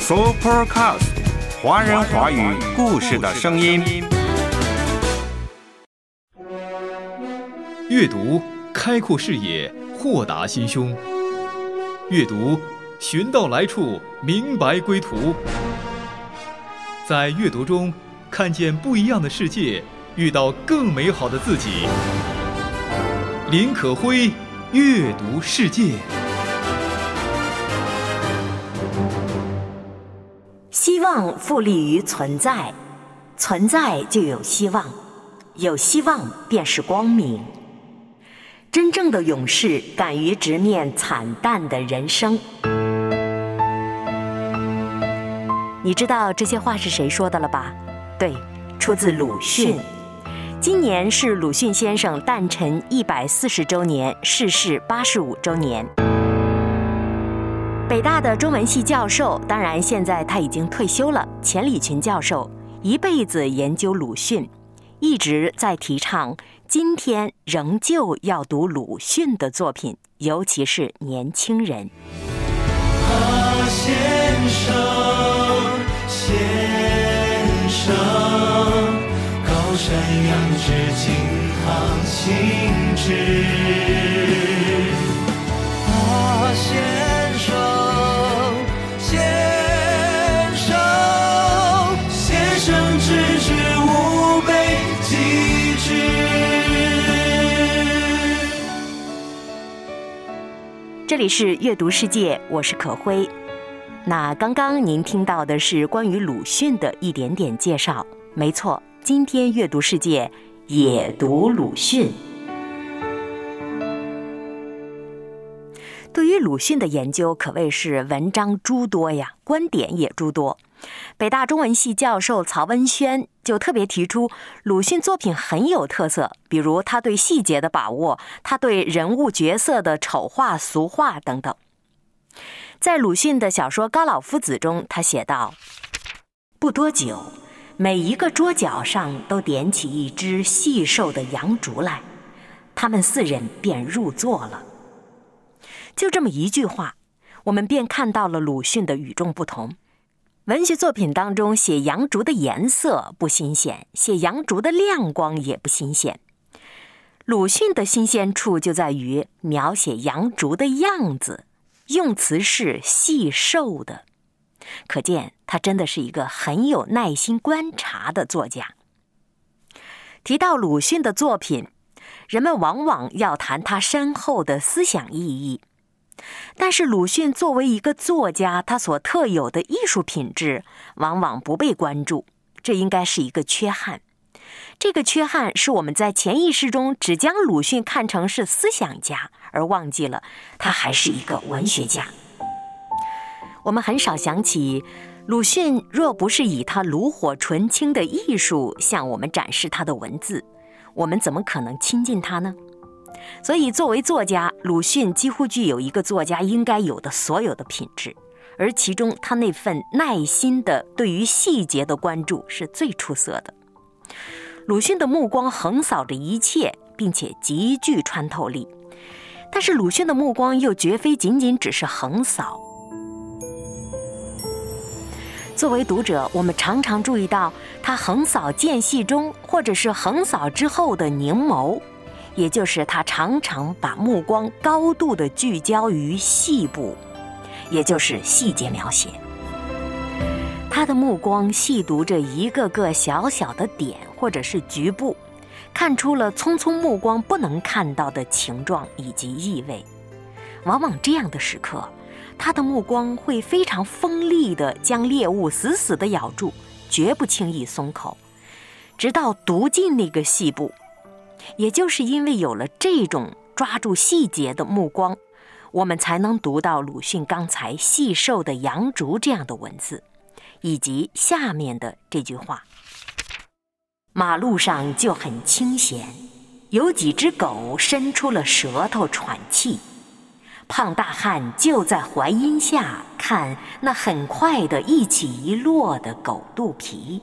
Supercast 华人华语故事的声音。 阅读开阔视野，豁达心胸；阅读寻到来处，明白归途。在阅读中看见不一样的世界，遇到更美好的自己。林可辉阅读世界。 希望复立于存在，存在就有希望，有希望便是光明。真正的勇士敢于直面惨淡的人生。你知道这些话是谁说的了吧？对，出自鲁迅。今年是鲁迅先生诞辰140周年，逝世85周年。北大的中文系教授，当然现在他已经退休了，钱理群教授一辈子研究鲁迅，一直在提倡今天仍旧要读鲁迅的作品，尤其是年轻人。 先生，高山仰止，金堂行止。先生直至无悲极致。 这里是阅读世界，我是可辉。那刚刚您听到的是关于鲁迅的一点点介绍，没错，今天阅读世界也读鲁迅。对于鲁迅的研究可谓是文章诸多呀，观点也诸多。北大中文系教授曹文轩就特别提出鲁迅作品很有特色，比如他对细节的把握，他对人物角色的丑化俗化等等。在鲁迅的小说《高老夫子》中，他写道：不多久，每一个桌角上都点起一只细瘦的洋烛来，他们4人便入座了。就这么一句话，我们便看到了鲁迅的与众不同。文学作品当中写洋烛的颜色不新鲜，写洋烛的亮光也不新鲜。鲁迅的新鲜处就在于描写洋烛的样子，用词是细瘦的，可见他真的是一个很有耐心观察的作家。提到鲁迅的作品，人们往往要谈他深厚的思想意义，但是鲁迅作为一个作家，他所特有的艺术品质往往不被关注，这应该是一个缺憾。这个缺憾是我们在潜意识中只将鲁迅看成是思想家，而忘记了他还是一个文学家。我们很少想起鲁迅若不是以他炉火纯青的艺术向我们展示他的文字，我们怎么可能亲近他呢？所以作为作家，鲁迅几乎具有一个作家应该有的所有的品质，而其中他那份耐心的对于细节的关注是最出色的。鲁迅的目光横扫着一切，并且极具穿透力，但是鲁迅的目光又绝非仅仅只是横扫。作为读者，我们常常注意到他横扫间隙中或者是横扫之后的凝眸，也就是他常常把目光高度的聚焦于细部，也就是细节描写。他的目光细读着一个个小小的点或者是局部，看出了匆匆目光不能看到的情状以及意味。往往这样的时刻，他的目光会非常锋利地将猎物死死地咬住，绝不轻易松口，直到读进那个细部。也就是因为有了这种抓住细节的目光，我们才能读到鲁迅刚才细瘦的洋烛这样的文字，以及下面的这句话：马路上就很清闲，有几只狗伸出了舌头喘气，胖大汉就在槐荫下看那很快的一起一落的狗肚皮。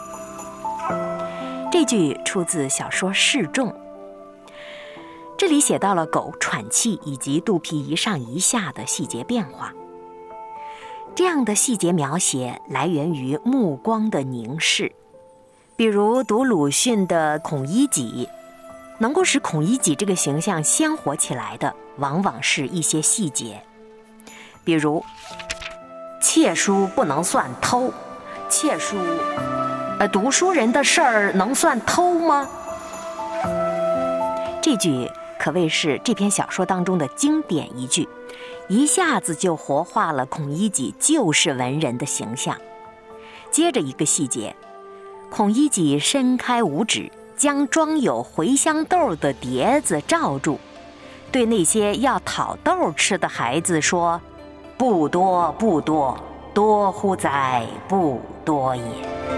这句出自小说《示众》，这里写到了狗喘气以及肚皮一上一下的细节变化。 这样的细节描写来源于目光的凝视。比如读鲁迅的《孔乙己》，能够使孔乙己这个形象鲜活起来的，往往是一些细节。比如窃书不能算偷，窃书读书人的事儿能算偷吗？这句可谓是这篇小说当中的经典一句，一下子就活化了孔乙己就是文人的形象。接着一个细节，孔乙己伸开五指，将装有茴香豆的碟子罩住，对那些要讨豆吃的孩子说：不多不多，多乎哉不多也。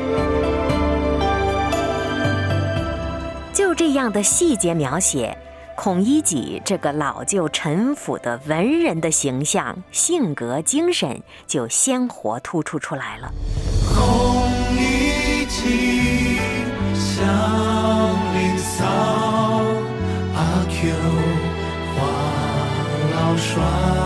就这样的细节描写，孔乙己这个老旧陈腐的文人的形象、性格、精神就鲜活突出出来了。 孔乙己祥林嫂，阿 Q 花老爽，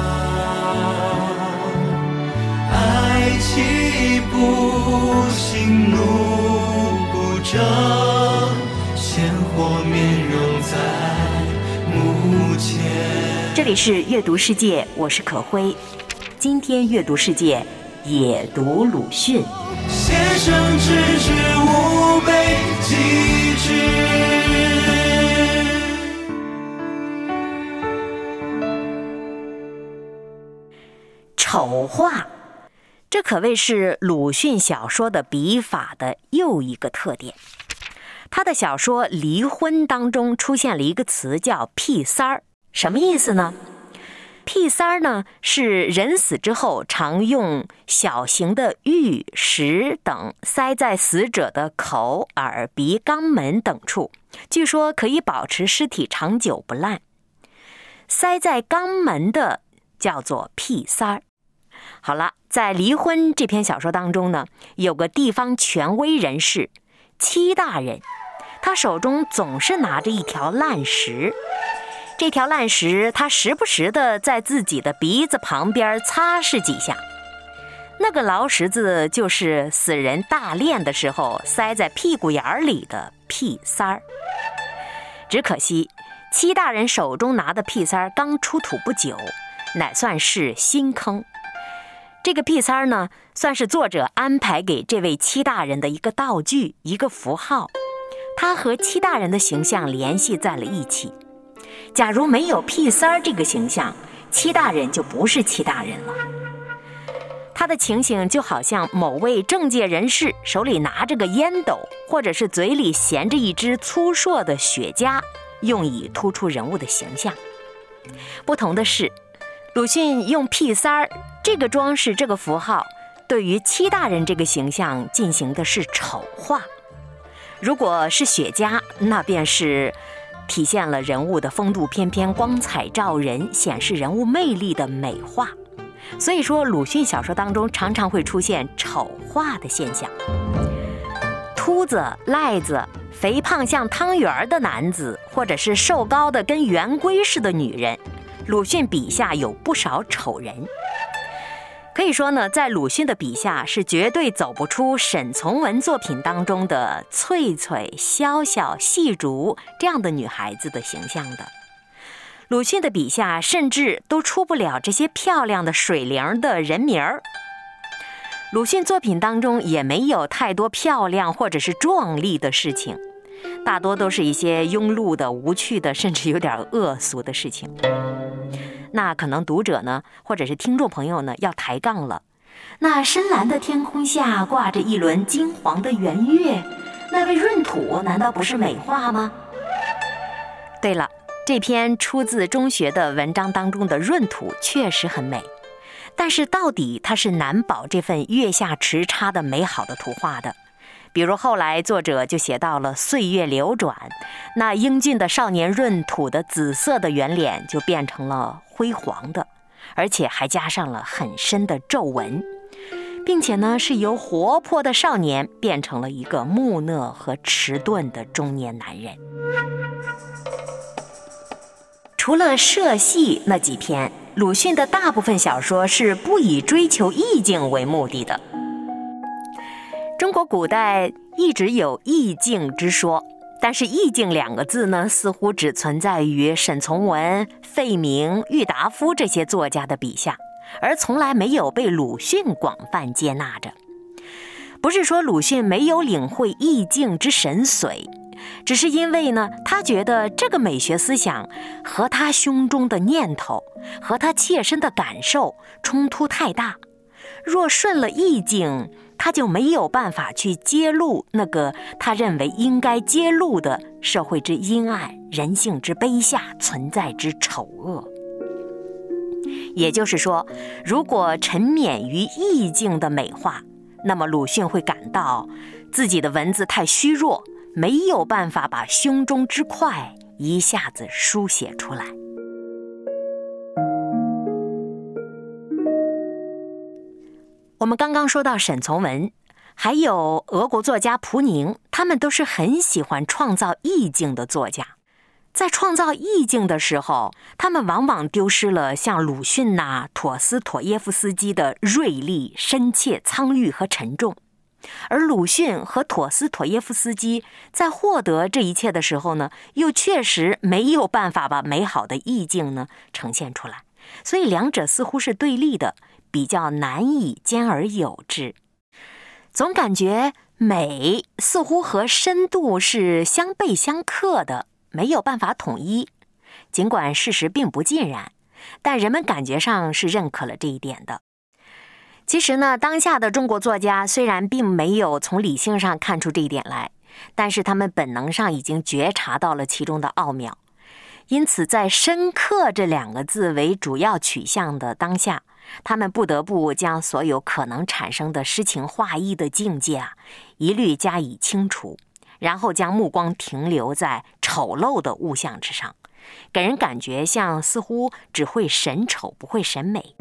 爱妻不行怒不争，鲜活面容在目前。 这里是阅读世界，我是可辉。今天阅读世界也读鲁迅。 先生直至无悲极致。 丑化，这可谓是鲁迅小说的笔法的又一个特点。他的小说《离婚》当中出现了一个词叫屁三儿，什么意思呢？屁三儿呢，是人死之后常用小型的玉石等塞在死者的口、耳、鼻、肛门等处，据说可以保持尸体长久不烂。塞在肛门的叫做屁三儿。好了，在《离婚》这篇小说当中呢，有个地方权威人士戚大人，他手中总是拿着一条烂石。这条烂石他时不时的在自己的鼻子旁边擦拭几下，那个牢石子就是死人大便的时候塞在屁股眼里的屁三儿。只可惜戚大人手中拿的屁三儿刚出土不久，乃算是新坑。这个屁三儿呢，算是作者安排给这位戚大人的一个道具，一个符号，他和戚大人的形象联系在了一起。假如没有屁三儿这个形象，戚大人就不是戚大人了。他的情形就好像某位政界人士手里拿着个烟斗，或者是嘴里衔着一支粗硕的雪茄，用以突出人物的形象。不同的是，鲁迅用屁三儿这个装饰，这个符号，对于戚大人这个形象进行的是丑化。如果是雪茄，那便是体现了人物的风度翩翩、光彩照人，显示人物魅力的美化。所以说，鲁迅小说当中常常会出现丑化的现象。秃子、赖子、肥胖像汤圆的男子，或者是瘦高的跟圆规似的女人，鲁迅笔下有不少丑人。可以说呢，在鲁迅的笔下是绝对走不出沈从文作品当中的翠翠、潇潇、细竹这样的女孩子的形象的。鲁迅的笔下甚至都出不了这些漂亮的水灵的人名儿。鲁迅作品当中也没有太多漂亮或者是壮丽的事情，大多都是一些庸碌的、无趣的，甚至有点恶俗的事情。那可能读者呢，或者是听众朋友呢，要抬杠了。那深蓝的天空下挂着一轮金黄的圆月，那位闰土难道不是美化吗？对了，这篇出自中学的文章当中的闰土确实很美，但是到底它是难保这份月下池叉的美好的图画的。比如后来作者就写到了岁月流转，那英俊的少年闰土的紫色的圆脸就变成了灰黄的，而且还加上了很深的皱纹，并且呢是由活泼的少年变成了一个木讷和迟钝的中年男人。除了社戏那几篇， 鲁迅的大部分小说是不以追求意境为目的的。中国古代一直有意境之说，但是意境两个字呢，似乎只存在于沈从文、费明、郁达夫这些作家的笔下，而从来没有被鲁迅广泛接纳着。不是说鲁迅没有领会意境之神髓，只是因为呢，他觉得这个美学思想和他胸中的念头，和他切身的感受冲突太大。若顺了意境，他就没有办法去揭露那个他认为应该揭露的社会之阴暗、人性之卑下、存在之丑恶。也就是说，如果沉湎于意境的美化，那么鲁迅会感到自己的文字太虚弱，没有办法把胸中之快一下子书写出来。我们刚刚说到沈从文，还有俄国作家普宁，他们都是很喜欢创造意境的作家。在创造意境的时候，他们往往丢失了像鲁迅陀思妥耶夫斯基的锐利、深切、苍郁和沉重。而鲁迅和妥思妥耶夫斯基在获得这一切的时候呢，又确实没有办法把美好的意境呢呈现出来，所以两者似乎是对立的，比较难以兼而有之。总感觉美似乎和深度是相悖相克的，没有办法统一。尽管事实并不尽然，但人们感觉上是认可了这一点的。其实呢，当下的中国作家虽然并没有从理性上看出这一点来，但是他们本能上已经觉察到了其中的奥妙。因此在深刻这两个字为主要取向的当下，他们不得不将所有可能产生的诗情画意的境界一律加以清除，然后将目光停留在丑陋的物象之上，给人感觉像似乎只会审丑不会审美。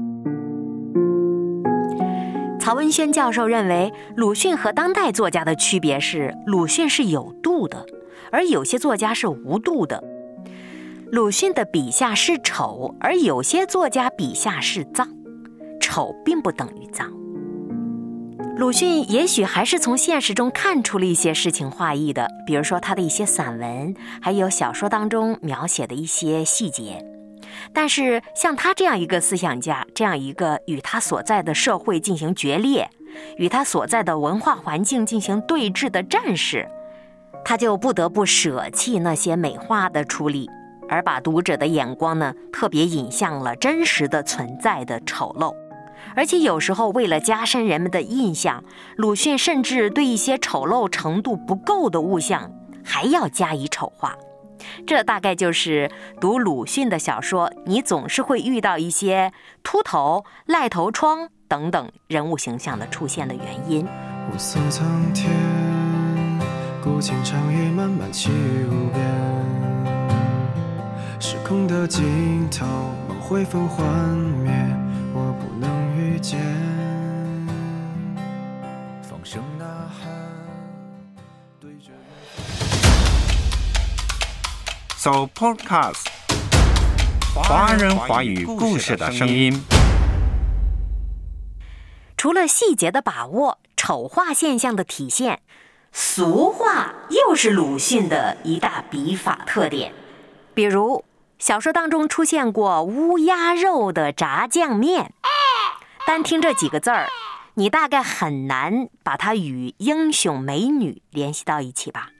曹文轩教授认为，鲁迅和当代作家的区别是，鲁迅是有度的，而有些作家是无度的。鲁迅的笔下是丑，而有些作家笔下是脏。丑并不等于脏。鲁迅也许还是从现实中看出了一些诗情画意的，比如说他的一些散文，还有小说当中描写的一些细节。但是像他这样一个思想家，这样一个与他所在的社会进行决裂，与他所在的文化环境进行对峙的战士，他就不得不舍弃那些美化的处理，而把读者的眼光呢，特别引向了真实的存在的丑陋。而且有时候为了加深人们的印象，鲁迅甚至对一些丑陋程度不够的物象还要加以丑化。这大概就是读鲁迅的小说，你总是会遇到一些秃头、赖头疮等等人物形象的出现的原因。 五色苍天，古琴长夜漫漫起无边，时空的尽头，梦灰飞幻灭，我不能遇见。放声呐喊，对着 So Podcast 华人华语故事的声音。 除了细节的把握，丑化现象的体现，俗化又是鲁迅的一大笔法特点。比如小说当中出现过乌鸦肉的炸酱面，单听这几个字儿，你大概很难把它与英雄美女联系到一起吧。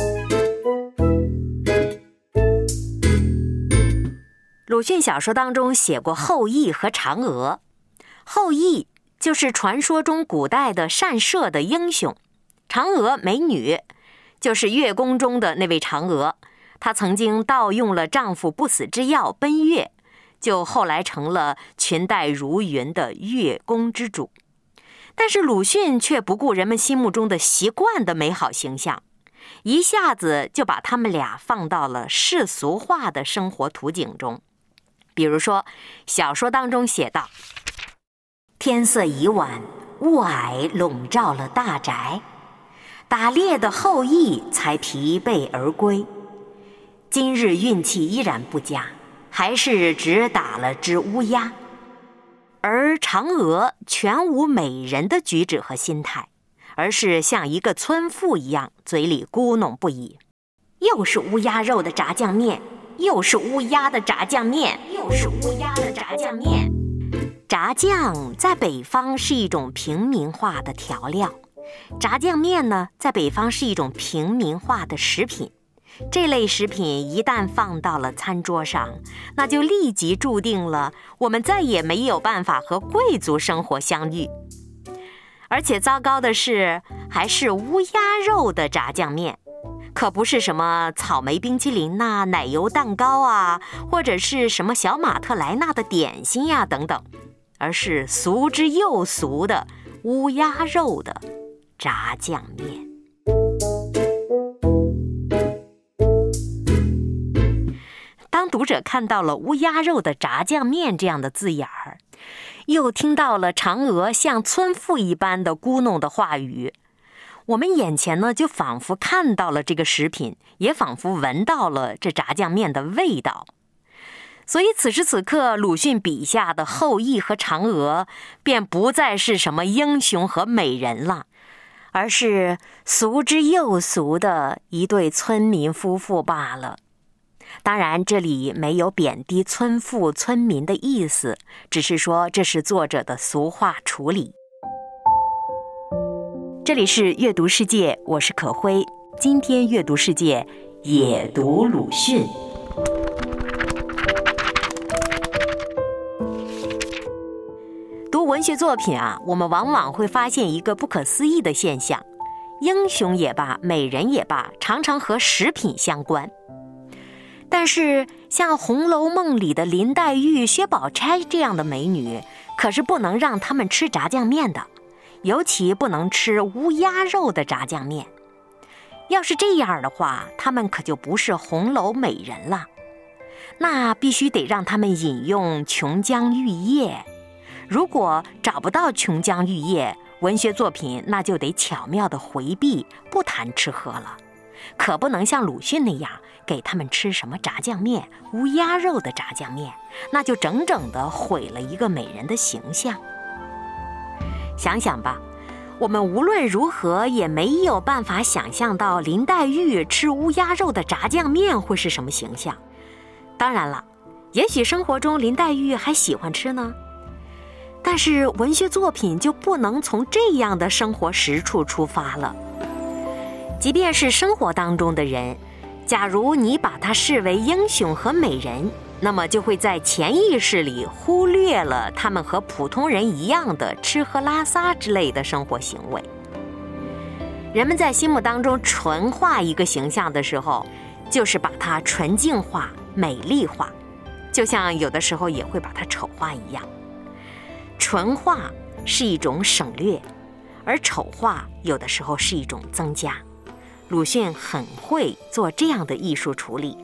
鲁迅小说当中写过后羿和嫦娥，后羿就是传说中古代的善射的英雄，嫦娥美女就是月宫中的那位嫦娥，她曾经盗用了丈夫不死之药奔月，就后来成了裙带如云的月宫之主。但是鲁迅却不顾人们心目中的习惯的美好形象，一下子就把他们俩放到了世俗化的生活图景中。比如说小说当中写道，天色已晚，雾霭笼罩了大宅，打猎的后羿才疲惫而归，今日运气依然不佳， 还是只打了只乌鸦？而嫦娥全无美人的举止和心态，而是像一个村妇一样，嘴里咕哝不已。又是乌鸦肉的炸酱面，又是乌鸦的炸酱面，又是乌鸦的炸酱面。炸酱在北方是一种平民化的调料，炸酱面呢，在北方是一种平民化的食品。这类食品一旦放到了餐桌上，那就立即注定了我们再也没有办法和贵族生活相遇。而且糟糕的是，还是乌鸦肉的炸酱面，可不是什么草莓冰淇淋呐、奶油蛋糕啊，或者是什么小马特莱纳的点心呀等等，而是俗之又俗的乌鸦肉的炸酱面。当读者看到了乌鸦肉的炸酱面这样的字眼儿，又听到了嫦娥像村妇一般的咕哝的话语，我们眼前呢就仿佛看到了这个食品，也仿佛闻到了这炸酱面的味道。所以此时此刻，鲁迅笔下的后羿和嫦娥便不再是什么英雄和美人了，而是俗之又俗的一对村民夫妇罢了。当然，这里没有贬低村妇村民的意思，只是说这是作者的俗话处理。这里是阅读世界，我是可辉。今天阅读世界也读鲁迅。读文学作品啊，我们往往会发现一个不可思议的现象，英雄也罢，美人也罢，常常和食品相关。但是像《红楼梦》里的林黛玉、薛宝钗这样的美女，可是不能让她们吃炸酱面的，尤其不能吃乌鸦肉的炸酱面。要是这样的话，她们可就不是红楼美人了，那必须得让她们饮用琼浆玉液。如果找不到琼浆玉液，文学作品那就得巧妙地回避，不谈吃喝了，可不能像鲁迅那样给他们吃什么炸酱面、乌鸦肉的炸酱面，那就整整地毁了一个美人的形象。想想吧，我们无论如何也没有办法想象到林黛玉吃乌鸦肉的炸酱面会是什么形象。当然了，也许生活中林黛玉还喜欢吃呢，但是文学作品就不能从这样的生活实处出发了。即便是生活当中的人，假如你把它视为英雄和美人，那么就会在潜意识里忽略了他们和普通人一样的吃喝拉撒之类的生活行为。人们在心目当中纯化一个形象的时候，就是把它纯净化、美丽化，就像有的时候也会把它丑化一样。纯化是一种省略，而丑化有的时候是一种增加。鲁迅很会做这样的艺术处理。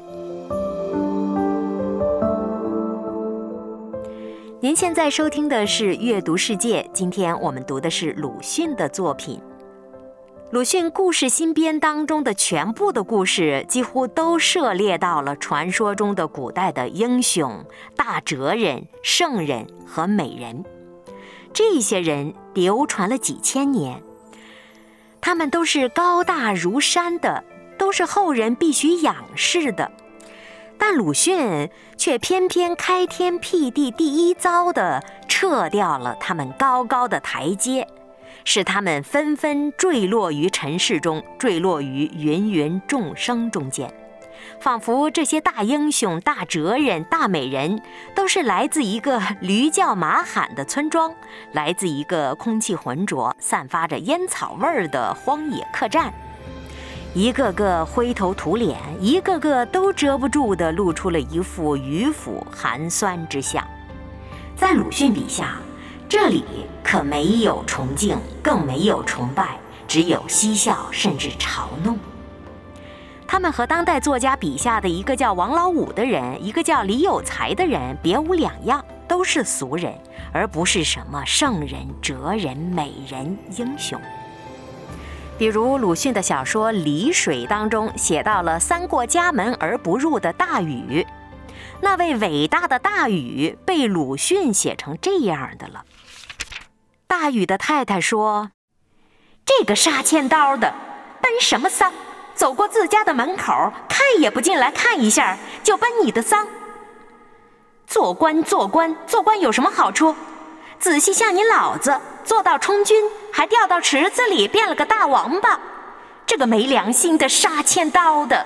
您现在收听的是阅读世界，今天我们读的是鲁迅的作品。鲁迅故事新编当中的全部的故事几乎都涉猎到了传说中的古代的英雄、大哲人、圣人和美人。这些人流传了几千年，他们都是高大如山的，都是后人必须仰视的。但鲁迅却偏偏开天辟地第一遭地撤掉了他们高高的台阶，使他们纷纷坠落于尘世中，坠落于芸芸众生中间。仿佛这些大英雄、大哲人、大美人都是来自一个驴叫马喊的村庄，来自一个空气浑浊、散发着烟草味儿的荒野客栈。一个个灰头土脸，一个个都遮不住地露出了一副迂腐寒酸之相。在鲁迅笔下，这里可没有崇敬，更没有崇拜，只有嬉笑甚至嘲弄。他们和当代作家笔下的一个叫王老五的人，一个叫李有才的人别无两样，都是俗人，而不是什么圣人、哲人、美人、英雄。比如鲁迅的小说《离水》当中写到了三过家门而不入的大禹， 那位伟大的大禹被鲁迅写成这样的了。大禹的太太说：“这个杀千刀的，奔什么丧？走过自家的门口，看也不进来看一下，就奔你的丧。做官有什么好处？仔细像你老子，做到充军，还掉到池子里变了个大王八。这个没良心的杀千刀的！”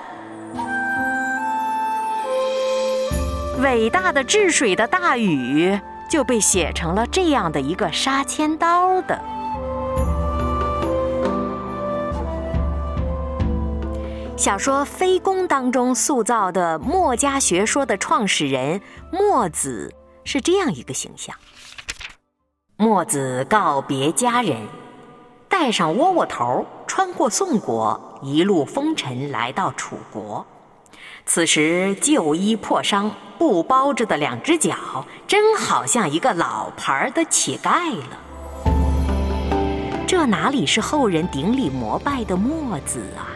伟大的治水的大禹就被写成了这样的一个杀千刀的。小说《非攻》当中塑造的墨家学说的创始人墨子是这样一个形象。墨子告别家人，戴上窝窝头，穿过宋国，一路风尘来到楚国。此时旧衣破伤，布包着的2只脚，真好像一个老牌的乞丐了。这哪里是后人顶礼膜拜的墨子啊？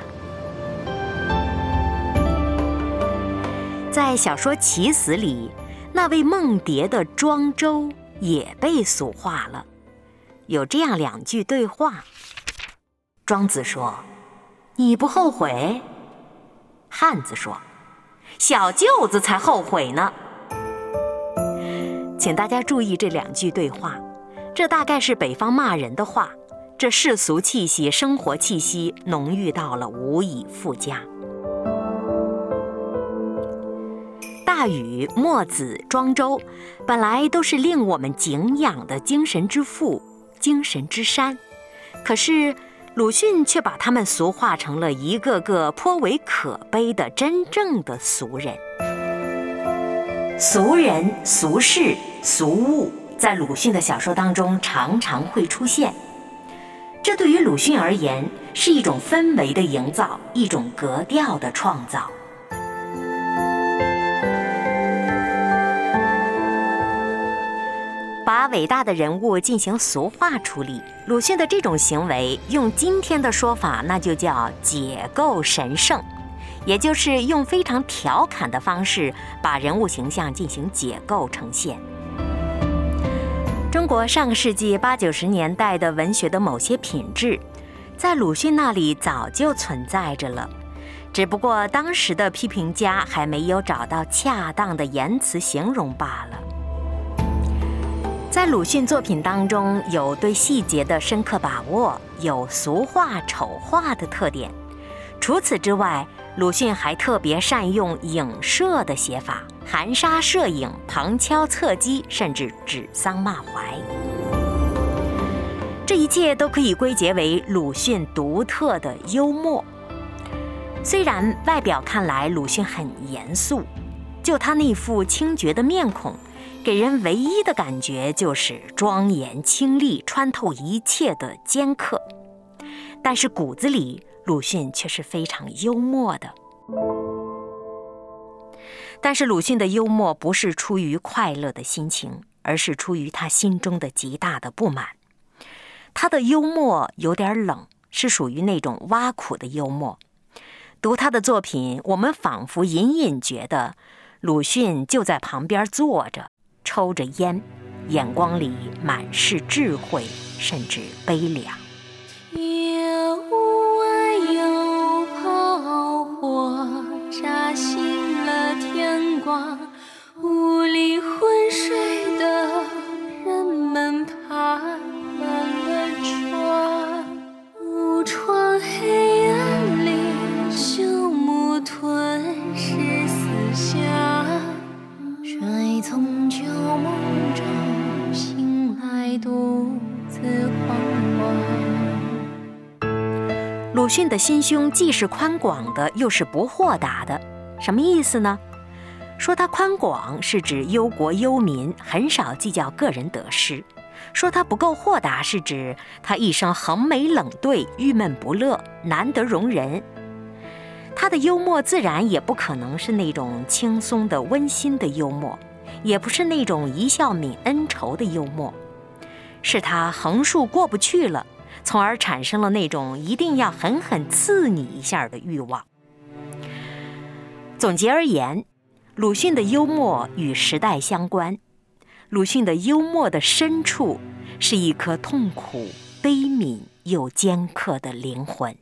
在小说《齐死》里，那位梦蝶的庄周也被俗化了。有这样2句对话。庄子说：“你不后悔？”汉子说：“小舅子才后悔呢。”请大家注意这2句对话，这大概是北方骂人的话，这世俗气息、生活气息浓郁到了无以复加。大禹、墨子、庄周本来都是令我们敬仰的精神之父、精神之山，可是鲁迅却把他们俗化成了一个个颇为可悲的真正的俗人。俗人、俗事、俗物在鲁迅的小说当中常常会出现，这对于鲁迅而言是一种氛围的营造，一种格调的创造。把伟大的人物进行俗化处理，鲁迅的这种行为，用今天的说法，那就叫解构神圣，也就是用非常调侃的方式把人物形象进行解构呈现。中国上个世纪80、90年代的文学的某些品质，在鲁迅那里早就存在着了，只不过当时的批评家还没有找到恰当的言辞形容罢了。在鲁迅作品当中，有对细节的深刻把握，有俗化、丑化的特点。除此之外，鲁迅还特别善用影射的写法，含沙射影，旁敲侧击，甚至指桑骂槐。这一切都可以归结为鲁迅独特的幽默。虽然外表看来鲁迅很严肃，就他那副清绝的面孔，给人唯一的感觉就是庄严清丽，穿透一切的尖刻，但是骨子里鲁迅却是非常幽默的。但是鲁迅的幽默不是出于快乐的心情，而是出于他心中的极大的不满。他的幽默有点冷，是属于那种挖苦的幽默。读他的作品，我们仿佛隐隐觉得鲁迅就在旁边坐着，抽着烟，眼光里满是智慧，甚至悲凉。 夜雾外有炮火，炸醒了天光，屋里昏睡的人们爬满了窗，无窗黑暗里朽木吞噬思想，谁从旧梦中醒来独自惶惶。 鲁迅的心胸既是宽广的，又是不豁达的。什么意思呢？说他宽广是指忧国忧民，很少计较个人得失；说他不够豁达是指他一生横眉冷对，郁闷不乐，难得容人。他的幽默自然也不可能是那种轻松的温馨的幽默，也不是那种一笑泯恩仇的幽默，是他横竖过不去了，从而产生了那种一定要狠狠刺你一下的欲望。总结而言， 鲁迅的幽默与时代相关，鲁迅的幽默的深处是一颗痛苦、悲悯又尖刻的灵魂。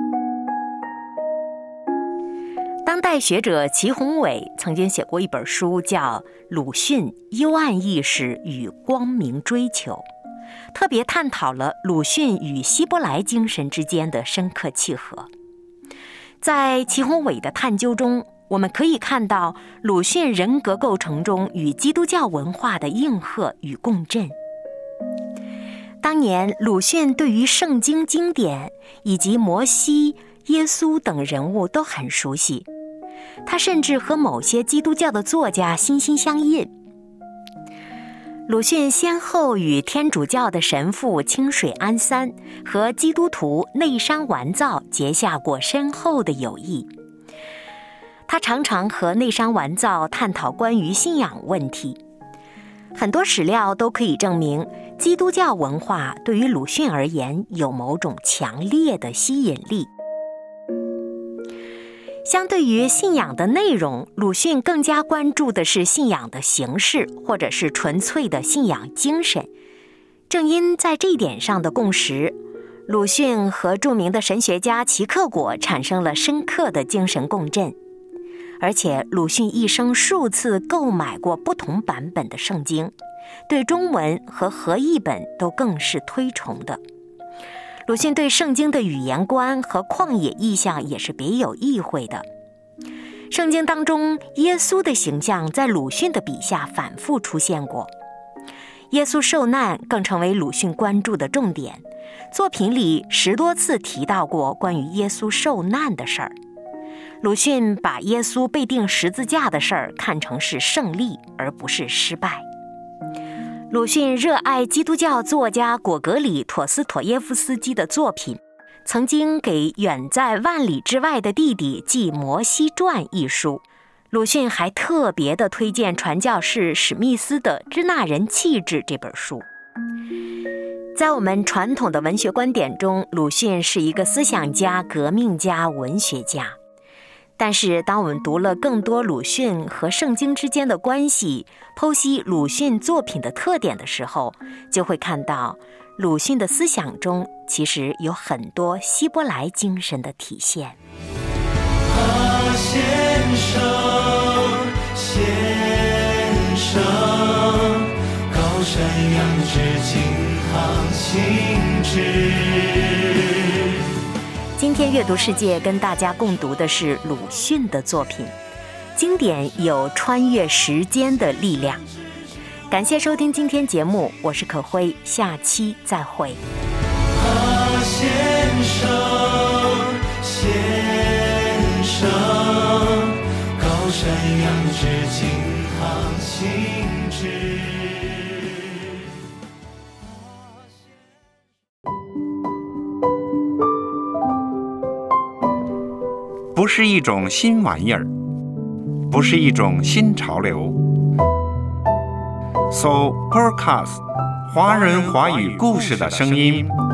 当代学者祁宏伟曾经写过一本书，叫《鲁迅幽暗意识与光明追求》，特别探讨了鲁迅与希伯来精神之间的深刻契合。在祁宏伟的探究中，我们可以看到鲁迅人格构成中与基督教文化的应和与共振。当年鲁迅对于圣经经典以及摩西、耶稣等人物都很熟悉，他甚至和某些基督教的作家心心相印。鲁迅先后与天主教的神父清水安三和基督徒内山完造结下过深厚的友谊。他常常和内山完造探讨关于信仰问题。很多史料都可以证明，基督教文化对于鲁迅而言有某种强烈的吸引力。相对于信仰的内容，鲁迅更加关注的是信仰的形式，或者是纯粹的信仰精神。正因在这一点上的共识，鲁迅和著名的神学家齐克果产生了深刻的精神共振。而且鲁迅一生数次购买过不同版本的圣经，对中文和合译本都更是推崇的。鲁迅对圣经的语言观和旷野意象也是别有意会的。圣经当中耶稣的形象在鲁迅的笔下反复出现过，耶稣受难更成为鲁迅关注的重点，作品里10多次提到过关于耶稣受难的事儿。鲁迅把耶稣被钉十字架的事儿看成是胜利，而不是失败。鲁迅热爱基督教作家果戈里·陀思妥耶夫斯基的作品，曾经给远在万里之外的弟弟寄《摩西传》一书。鲁迅还特别的推荐传教士史密斯的《支那人气质》这本书。在我们传统的文学观点中，鲁迅是一个思想家、革命家、文学家。但是当我们读了更多鲁迅和圣经之间的关系，剖析鲁迅作品的特点的时候，就会看到鲁迅的思想中其实有很多希伯来精神的体现。 先生，高山仰止，金航行至。 今天阅读世界跟大家共读的是鲁迅的作品，经典有穿越时间的力量。感谢收听今天节目，我是可辉，下期再会。 先生，高山仰止，金航行至。 不是一种新玩意儿，不是一种新潮流。So Podcast 华人华语故事的声音。